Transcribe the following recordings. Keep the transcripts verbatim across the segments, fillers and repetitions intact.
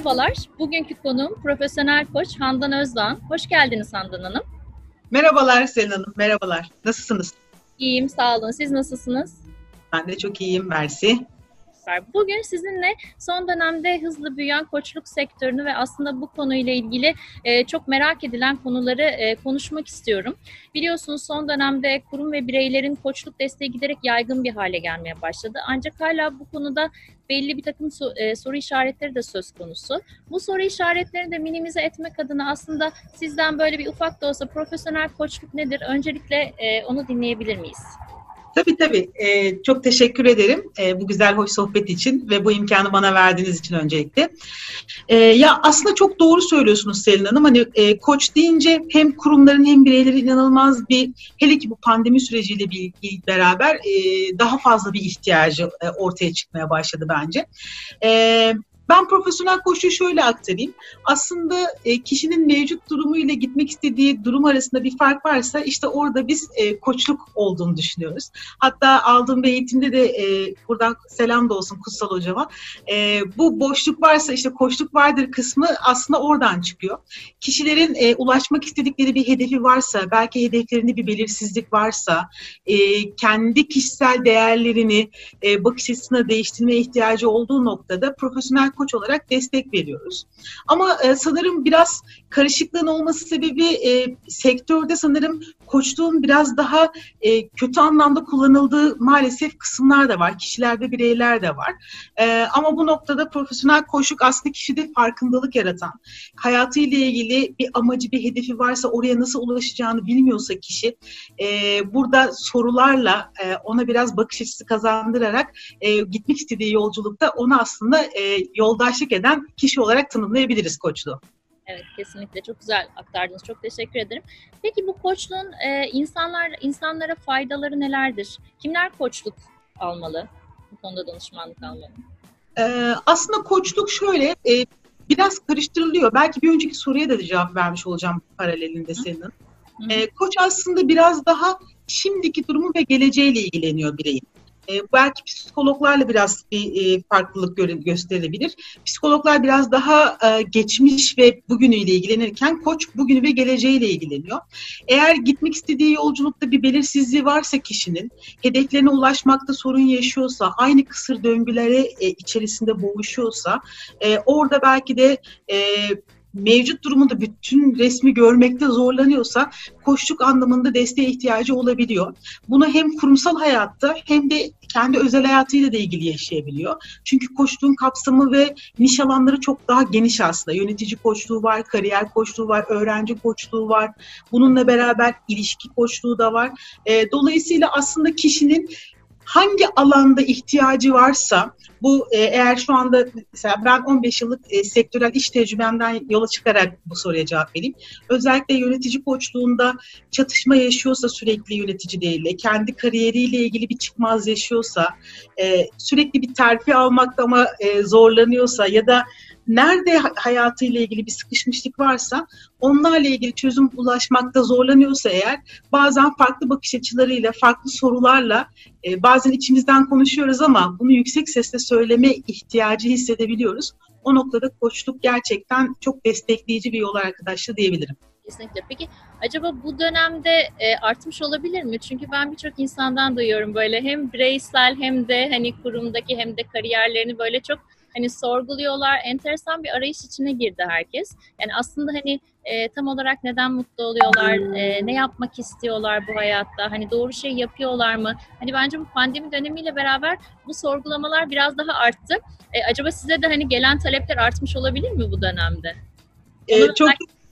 Merhabalar, bugünkü konuğum profesyonel koç Handan Özdağ. Hoş geldiniz Handan Hanım. Merhabalar Selin Hanım, merhabalar. Nasılsınız? İyiyim, sağ olun. Siz nasılsınız? Ben de çok iyiyim, mersi. Bugün sizinle son dönemde hızlı büyüyen koçluk sektörünü ve aslında bu konuyla ilgili e, çok merak edilen konuları e, konuşmak istiyorum. Biliyorsunuz son dönemde kurum ve bireylerin koçluk desteği giderek yaygın bir hale gelmeye başladı. Ancak hala bu konuda belli bir takım so, e, soru işaretleri de söz konusu. Bu soru işaretlerini de minimize etmek adına aslında sizden böyle bir ufak da olsa profesyonel koçluk nedir? Öncelikle e, onu dinleyebilir miyiz? Tabii tabii. Ee, çok teşekkür ederim e, bu güzel, hoş sohbet için ve bu imkanı bana verdiğiniz için öncelikle. Ee, ya aslında çok doğru söylüyorsunuz Selin Hanım. Hani e, koç deyince hem kurumların hem bireylerin inanılmaz bir, hele ki bu pandemi süreciyle bir, bir beraber e, daha fazla bir ihtiyacı e, ortaya çıkmaya başladı bence. Evet. Ben profesyonel koçluğu şöyle aktarayım. Aslında e, kişinin mevcut durumu ile gitmek istediği durum arasında bir fark varsa işte orada biz e, koçluk olduğunu düşünüyoruz. Hatta aldığım bir eğitimde de e, buradan selam da olsun Kutsal Hocama. E, bu boşluk varsa işte koçluk vardır kısmı aslında oradan çıkıyor. Kişilerin e, ulaşmak istedikleri bir hedefi varsa, belki hedeflerinde bir belirsizlik varsa, e, kendi kişisel değerlerini e, bakış açısına değiştirmeye ihtiyacı olduğu noktada profesyonel koç olarak destek veriyoruz. Ama e, sanırım biraz karışıklığın olması sebebi e, sektörde sanırım koçluğun biraz daha e, kötü anlamda kullanıldığı maalesef kısımlar da var. Kişiler ve bireyler de var. E, ama bu noktada profesyonel koçluk aslında kişide farkındalık yaratan, hayatıyla ilgili bir amacı, bir hedefi varsa oraya nasıl ulaşacağını bilmiyorsa kişi e, burada sorularla e, ona biraz bakış açısı kazandırarak e, gitmek istediği yolculukta ona aslında e, yoldaşlık eden kişi olarak tanımlayabiliriz koçluğu. Evet, kesinlikle çok güzel aktardınız. Çok teşekkür ederim. Peki bu koçluğun e, insanlar insanlara faydaları nelerdir? Kimler koçluk almalı? Bu konuda danışmanlık almalı? Ee, aslında koçluk şöyle e, biraz karıştırılıyor. Belki bir önceki soruya da cevap vermiş olacağım paralelinde senin. Ee, koç aslında biraz daha şimdiki durumu ve geleceğiyle ilgileniyor bireyin. E, belki psikologlarla biraz bir e, farklılık gö- gösterilebilir. Psikologlar biraz daha e, geçmiş ve bugünüyle ilgilenirken koç bugünü ve geleceğiyle ilgileniyor. Eğer gitmek istediği yolculukta bir belirsizliği varsa kişinin, hedeflerine ulaşmakta sorun yaşıyorsa, aynı kısır döngülere e, içerisinde boğuşuyorsa, e, orada belki de e, mevcut durumunda bütün resmi görmekte zorlanıyorsa koçluk anlamında desteğe ihtiyacı olabiliyor. Bunu hem kurumsal hayatta hem de kendi özel hayatıyla da ilgili yaşayabiliyor. Çünkü koçluğun kapsamı ve niş alanları çok daha geniş aslında. Yönetici koçluğu var, kariyer koçluğu var, öğrenci koçluğu var. Bununla beraber ilişki koçluğu da var. E, dolayısıyla aslında kişinin hangi alanda ihtiyacı varsa, bu e, eğer şu anda mesela ben on beş yıllık e, sektörel iş tecrübemden yola çıkarak bu soruya cevap vereyim. Özellikle yönetici koçluğunda çatışma yaşıyorsa sürekli yöneticileriyle, kendi kariyeriyle ilgili bir çıkmaz yaşıyorsa, e, sürekli bir terfi almakta ama e, zorlanıyorsa ya da nerede hayatıyla ilgili bir sıkışmışlık varsa onlarla ilgili çözüm ulaşmakta zorlanıyorsa eğer bazen farklı bakış açılarıyla, farklı sorularla e, bazen içimizden konuşuyoruz ama bunu yüksek sesle söyleme ihtiyacı hissedebiliyoruz. O noktada koçluk gerçekten çok destekleyici bir yol arkadaşlığı diyebilirim. Kesinlikle. Peki acaba bu dönemde e, artmış olabilir mi? Çünkü ben birçok insandan duyuyorum böyle hem bireysel hem de hani kurumdaki hem de kariyerlerini böyle çok hani sorguluyorlar. Enteresan bir arayış içine girdi herkes. Yani aslında hani e, tam olarak neden mutlu oluyorlar? E, ne yapmak istiyorlar bu hayatta? Hani doğru şey yapıyorlar mı? Hani bence bu pandemi dönemiyle beraber bu sorgulamalar biraz daha arttı. E, acaba size de hani gelen talepler artmış olabilir mi bu dönemde? Ee, çok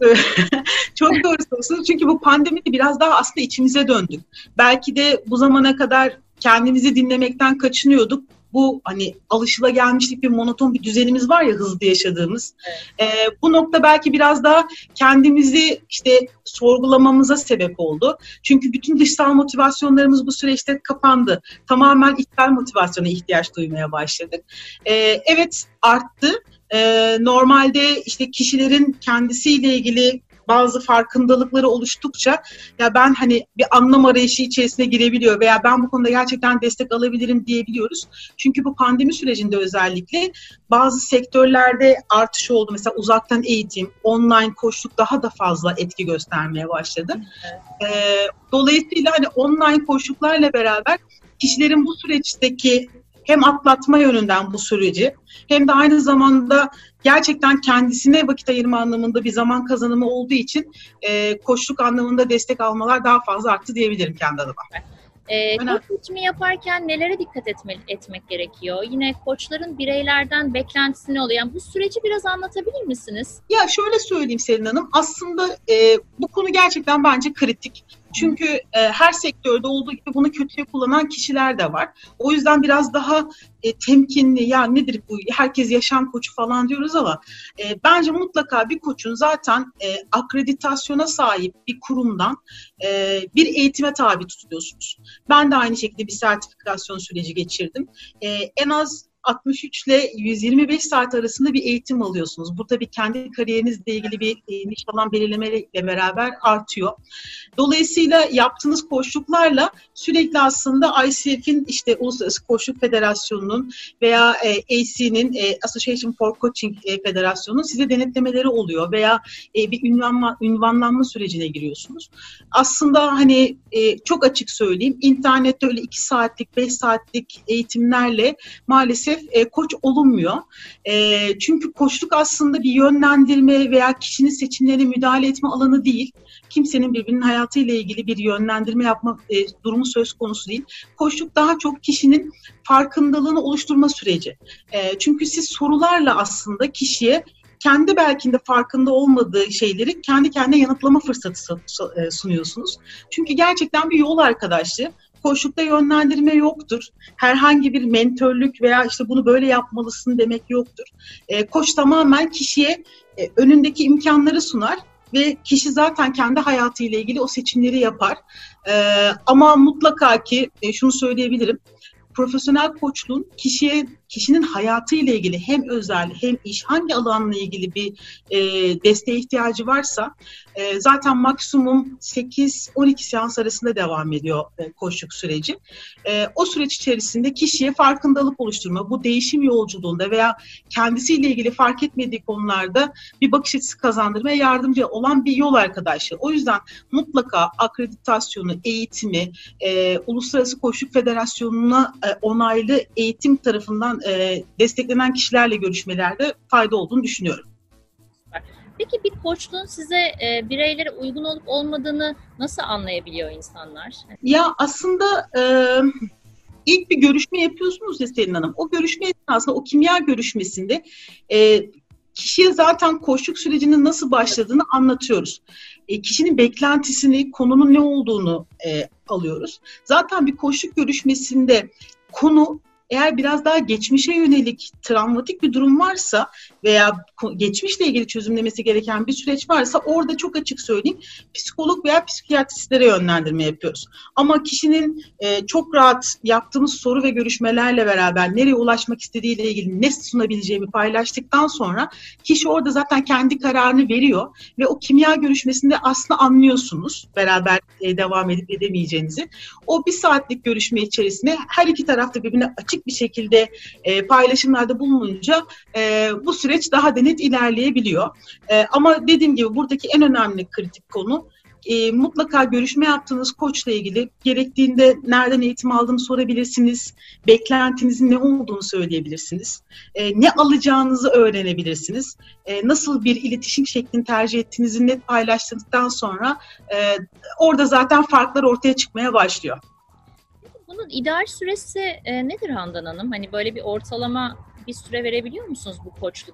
çok doğru söylüyorsunuz. Çünkü bu pandemide biraz daha aslında içimize döndük. Belki de bu zamana kadar kendimizi dinlemekten kaçınıyorduk. Bu hani alışılagelmişlik bir monoton bir düzenimiz var ya hızlı yaşadığımız. Evet. Ee, bu nokta belki biraz daha kendimizi işte sorgulamamıza sebep oldu. Çünkü bütün dışsal motivasyonlarımız bu süreçte kapandı. Tamamen içsel motivasyona ihtiyaç duymaya başladık. Ee, evet arttı. Ee, normalde işte kişilerin kendisiyle ilgili bazı farkındalıkları oluştukça ya ben hani bir anlam arayışı içerisine girebiliyor veya ben bu konuda gerçekten destek alabilirim diyebiliyoruz. Çünkü bu pandemi sürecinde özellikle bazı sektörlerde artış oldu. Mesela uzaktan eğitim, online koçluk daha da fazla etki göstermeye başladı. Evet. Ee, dolayısıyla hani online koçluklarla beraber kişilerin bu süreçteki hem atlatma yönünden bu süreci hem de aynı zamanda gerçekten kendisine vakit ayırma anlamında bir zaman kazanımı olduğu için e, koçluk anlamında destek almalar daha fazla arttı diyebilirim kendi adıma. E, koç seçimi yaparken nelere dikkat etme, etmek gerekiyor? Yine koçların bireylerden beklentisi ne oluyor? Yani bu süreci biraz anlatabilir misiniz? Ya şöyle söyleyeyim Selin Hanım, aslında e, bu konu gerçekten bence kritik. Çünkü e, her sektörde olduğu gibi bunu kötüye kullanan kişiler de var. O yüzden biraz daha e, temkinli, ya nedir bu, herkes yaşam koçu falan diyoruz ama e, bence mutlaka bir koçun zaten e, akreditasyona sahip bir kurumdan e, bir eğitime tabi tutuluyorsunuz. Ben de aynı şekilde bir sertifikasyon süreci geçirdim. E, en az altmış üç ile yüz yirmi beş saat arasında bir eğitim alıyorsunuz. Bu tabii kendi kariyerinizle ilgili bir e, niş alan belirlemeyle beraber artıyor. Dolayısıyla yaptığınız koçluklarla sürekli aslında I C F'in işte Uluslararası Koçluk Federasyonu'nun veya e, A C'nin e, Association for Coaching e, Federasyonu'nun size denetlemeleri oluyor veya e, bir ünvanma, ünvanlanma sürecine giriyorsunuz. Aslında hani e, çok açık söyleyeyim, internette öyle iki saatlik, beş saatlik eğitimlerle maalesef E, koç olunmuyor. E, çünkü koçluk aslında bir yönlendirme veya kişinin seçimlerine müdahale etme alanı değil. Kimsenin birbirinin hayatıyla ilgili bir yönlendirme yapma e, durumu söz konusu değil. Koçluk daha çok kişinin farkındalığını oluşturma süreci. E, çünkü siz sorularla aslında kişiye kendi belki de farkında olmadığı şeyleri kendi kendine yanıtlama fırsatı sunuyorsunuz. Çünkü gerçekten bir yol arkadaşlığı. Koçlukta yönlendirme yoktur. Herhangi bir mentörlük veya işte bunu böyle yapmalısın demek yoktur. E, koç tamamen kişiye e, önündeki imkanları sunar ve kişi zaten kendi hayatıyla ilgili o seçimleri yapar. E, ama mutlaka ki e, şunu söyleyebilirim. Profesyonel koçluğun kişiye, kişinin hayatıyla ilgili hem özel hem iş hangi alanla ilgili bir e, desteğe ihtiyacı varsa e, zaten maksimum sekiz on iki seans arasında devam ediyor e, koçluk süreci. E, o süreç içerisinde kişiye farkındalık oluşturma, bu değişim yolculuğunda veya kendisiyle ilgili fark etmediği konularda bir bakış açısı kazandırmaya yardımcı olan bir yol arkadaşlar. O yüzden mutlaka akreditasyonu, eğitimi, e, Uluslararası Koçluk Federasyonu'na e, onaylı eğitim tarafından e, desteklenen kişilerle görüşmelerde fayda olduğunu düşünüyorum. Peki bir koçluğun size e, bireylere uygun olup olmadığını nasıl anlayabiliyor insanlar? Ya aslında e, ilk bir görüşme yapıyorsunuz ya Selin Hanım. O görüşme esnasında, o kimya görüşmesinde e, kişiye zaten koçluk sürecinin nasıl başladığını anlatıyoruz. E, kişinin beklentisini, konunun ne olduğunu e, alıyoruz. Zaten bir koçluk görüşmesinde konu eğer biraz daha geçmişe yönelik travmatik bir durum varsa veya geçmişle ilgili çözümlemesi gereken bir süreç varsa orada çok açık söyleyeyim psikolog veya psikiyatristlere yönlendirme yapıyoruz. Ama kişinin e, çok rahat yaptığımız soru ve görüşmelerle beraber nereye ulaşmak istediğiyle ilgili ne sunabileceğimi paylaştıktan sonra kişi orada zaten kendi kararını veriyor ve o kimya görüşmesinde aslında anlıyorsunuz beraber e, devam edip edemeyeceğinizi. O bir saatlik görüşme içerisinde her iki tarafta birbirine açık bir şekilde e, paylaşımlarda bulununca e, bu süreç daha da net ilerleyebiliyor. E, ama dediğim gibi buradaki en önemli kritik konu e, mutlaka görüşme yaptığınız koçla ilgili gerektiğinde nereden eğitim aldığını sorabilirsiniz, beklentinizin ne olduğunu söyleyebilirsiniz, e, ne alacağınızı öğrenebilirsiniz, e, nasıl bir iletişim şeklini tercih ettiğinizi net paylaştıktan sonra e, orada zaten farklar ortaya çıkmaya başlıyor. Bunun ideal süresi e, nedir Handan Hanım? Hani böyle bir ortalama bir süre verebiliyor musunuz bu koçluk?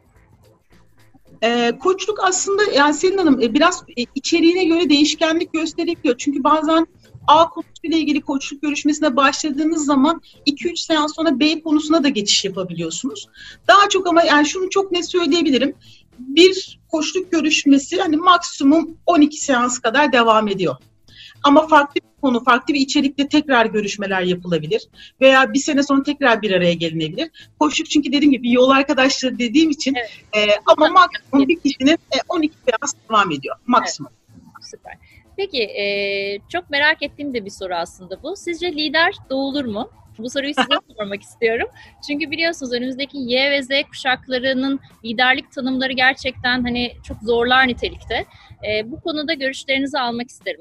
E, koçluk aslında yani Selin Hanım e, biraz e, içeriğine göre değişkenlik gösterebiliyor. Çünkü bazen A konusuyla ilgili koçluk görüşmesine başladığınız zaman iki üç seans sonra B konusuna da geçiş yapabiliyorsunuz. Daha çok ama yani şunu çok net söyleyebilirim. Bir koçluk görüşmesi hani maksimum on iki seans kadar devam ediyor. ama farklı bir konu, farklı bir içerikte tekrar görüşmeler yapılabilir veya bir sene sonra tekrar bir araya gelinebilir. Koçluk çünkü dediğim gibi yol arkadaşları dediğim için evet. e, ama maksimum bir kişinin e, on iki seans devam ediyor maksimum. Evet. Süper. Peki e, çok merak ettiğim de bir soru aslında bu. Sizce lider doğulur mu? Bu soruyu size sormak istiyorum. Çünkü biliyorsunuz önümüzdeki Y ve Z kuşaklarının liderlik tanımları gerçekten hani çok zorlar nitelikte. E, bu konuda görüşlerinizi almak isterim.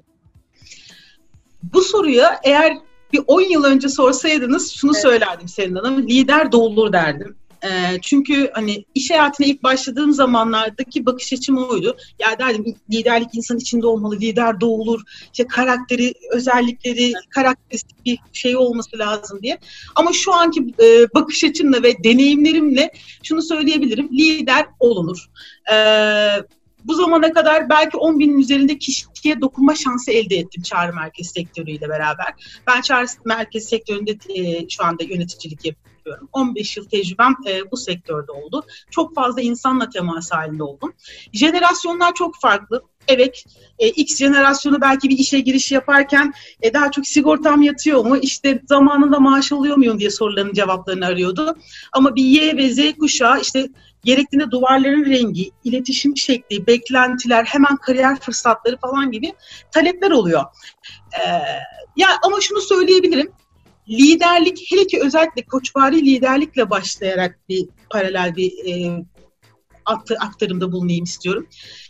Bu soruya eğer bir on yıl önce sorsaydınız şunu evet. söylerdim Selin Hanım. Lider doğulur derdim. E, çünkü hani iş hayatına ilk başladığım zamanlardaki bakış açım oydu. Ya derdim liderlik insan içinde olmalı, lider doğulur. İşte karakteri, özellikleri, evet. karakteristik bir şey olması lazım diye. Ama şu anki e, bakış açımla ve deneyimlerimle şunu söyleyebilirim. Lider olunur. Evet. Bu zamana kadar belki on binin üzerinde kişiye dokunma şansı elde ettim çağrı merkez sektörüyle beraber. Ben çağrı merkez sektöründe e, şu anda yöneticilik yapıyorum. on beş yıl tecrübem e, bu sektörde oldu. Çok fazla insanla temas halinde oldum. Jenerasyonlar çok farklı. Evet, e, X jenerasyonu belki bir işe giriş yaparken e, daha çok sigortam yatıyor mu, işte zamanında maaş alıyor muyum diye soruların cevaplarını arıyordu. Ama bir Y ve Z kuşağı işte gerektiğinde duvarların rengi, iletişim şekli, beklentiler, hemen kariyer fırsatları falan gibi talepler oluyor. Ee, ya ama şunu söyleyebilirim. Liderlik, hele ki özellikle koçvari liderlikle başlayarak bir paralel bir e, aktarımda bulunayım istiyorum.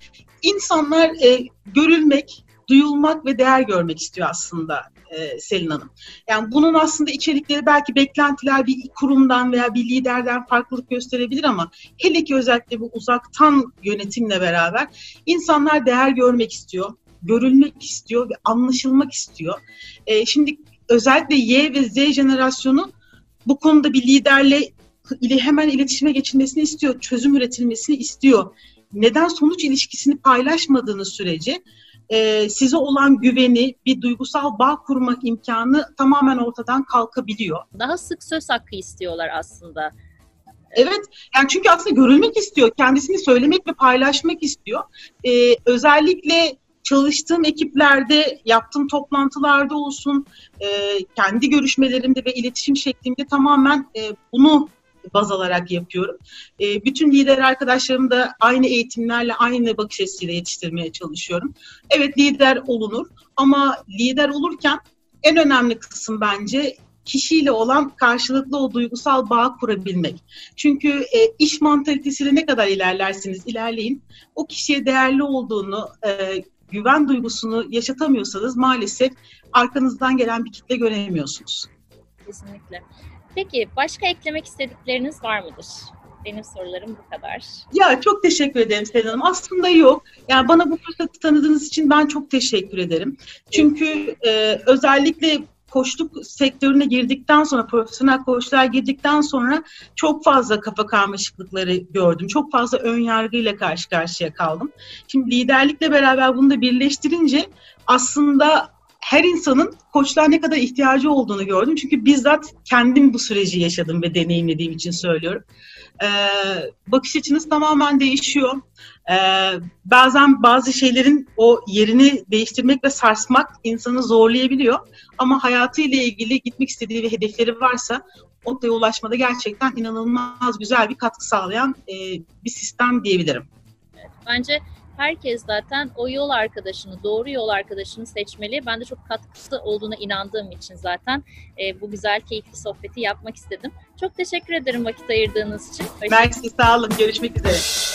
İnsanlar e, görülmek, duyulmak ve değer görmek istiyor aslında e, Selin Hanım. Yani bunun aslında içerikleri belki beklentiler bir kurumdan veya bir liderden farklılık gösterebilir ama hele ki özellikle bu uzaktan yönetimle beraber insanlar değer görmek istiyor, görülmek istiyor ve anlaşılmak istiyor. E, şimdi özellikle Y ve Z jenerasyonu bu konuda bir liderle ile hemen iletişime geçilmesini istiyor, çözüm üretilmesini istiyor. Neden sonuç ilişkisini paylaşmadığınız sürece e, size olan güveni, bir duygusal bağ kurmak imkanı tamamen ortadan kalkabiliyor. Daha sık söz hakkı istiyorlar aslında. Evet, yani çünkü aslında görülmek istiyor, kendisini söylemek ve paylaşmak istiyor. E, özellikle çalıştığım ekiplerde, yaptığım toplantılarda olsun, e, kendi görüşmelerimde ve iletişim şeklimde tamamen e, bunu baz alarak yapıyorum. E, bütün lider arkadaşlarımı da aynı eğitimlerle, aynı bakış açısıyla yetiştirmeye çalışıyorum. Evet, lider olunur ama lider olurken en önemli kısım bence kişiyle olan karşılıklı o duygusal bağ kurabilmek. Çünkü e, iş mantalitesiyle ne kadar ilerlersiniz, ilerleyin. O kişiye değerli olduğunu, e, güven duygusunu yaşatamıyorsanız maalesef arkanızdan gelen bir kitle göremiyorsunuz. Kesinlikle. Peki başka eklemek istedikleriniz var mıdır? Benim sorularım bu kadar. Ya çok teşekkür ederim Selin Hanım. Aslında yok. Yani bana bu fırsatı tanıdığınız için ben çok teşekkür ederim. Çünkü e, özellikle koçluk sektörüne girdikten sonra, profesyonel koçluğa girdikten sonra çok fazla kafa karmaşıklıkları gördüm. Çok fazla ön yargıyla karşı karşıya kaldım. Şimdi liderlikle beraber bunu da birleştirince aslında her insanın koçluğa ne kadar ihtiyacı olduğunu gördüm. Çünkü bizzat kendim bu süreci yaşadım ve deneyimlediğim için söylüyorum. Ee, bakış açınız tamamen değişiyor. Ee, bazen bazı şeylerin o yerini değiştirmek ve sarsmak insanı zorlayabiliyor. Ama hayatıyla ilgili gitmek istediği ve hedefleri varsa o noktaya ulaşmada gerçekten inanılmaz güzel bir katkı sağlayan e, bir sistem diyebilirim. Evet, bence herkes zaten o yol arkadaşını, doğru yol arkadaşını seçmeli. Ben de çok katkısı olduğuna inandığım için zaten e, bu güzel, keyifli sohbeti yapmak istedim. Çok teşekkür ederim vakit ayırdığınız için. Mersi, sağ olun. Görüşmek üzere.